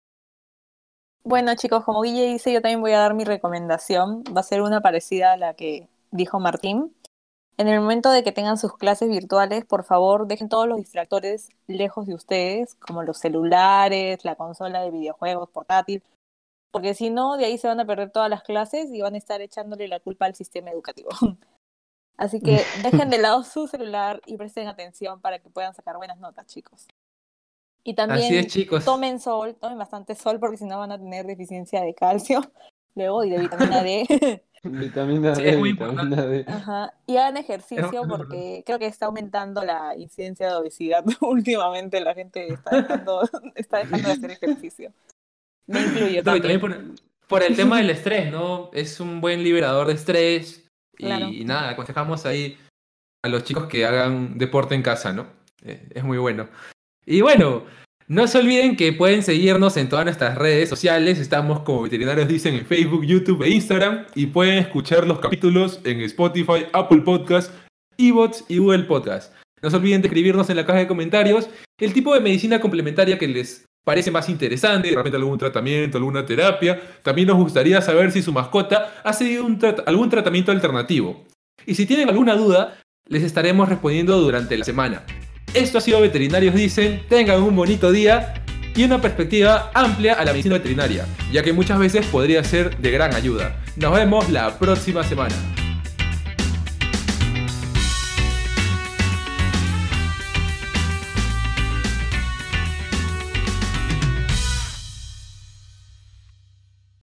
Bueno, chicos, como Guille dice, yo también voy a dar mi recomendación. Va a ser una parecida a la que dijo Martín. En el momento de que tengan sus clases virtuales, por favor, dejen todos los distractores lejos de ustedes, como los celulares, la consola de videojuegos portátil, porque si no, de ahí se van a perder todas las clases y van a estar echándole la culpa al sistema educativo. Así que dejen de lado su celular y presten atención para que puedan sacar buenas notas, chicos. Y Así es, también chicos. tomen sol, tomen bastante sol porque si no van a tener deficiencia de calcio, luego y de vitamina D. Vitamina Sí, D, es muy vitamina importante. D. Ajá. Y hagan Es ejercicio muy importante. porque creo que está aumentando la incidencia de obesidad últimamente. La gente está dejando, está dejando de hacer ejercicio. Me incluyo No, y también también. por, por el tema del estrés, ¿no? Es un buen liberador de estrés. Claro. Y, y nada, aconsejamos ahí a los chicos que hagan deporte en casa, ¿no? Eh, es muy bueno. Y bueno, no se olviden que pueden seguirnos en todas nuestras redes sociales. Estamos como Veterinarios Dicen en Facebook, YouTube e Instagram. Y pueden escuchar los capítulos en Spotify, Apple Podcasts, iVoox y Google Podcasts. No se olviden de escribirnos en la caja de comentarios el tipo de medicina complementaria que les parece más interesante, de repente algún tratamiento, alguna terapia. También nos gustaría saber si su mascota ha seguido un trat- algún tratamiento alternativo. Y si tienen alguna duda, les estaremos respondiendo durante la semana. Esto ha sido Veterinarios Dicen, tengan un bonito día y una perspectiva amplia a la medicina veterinaria, ya que muchas veces podría ser de gran ayuda. Nos vemos la próxima semana.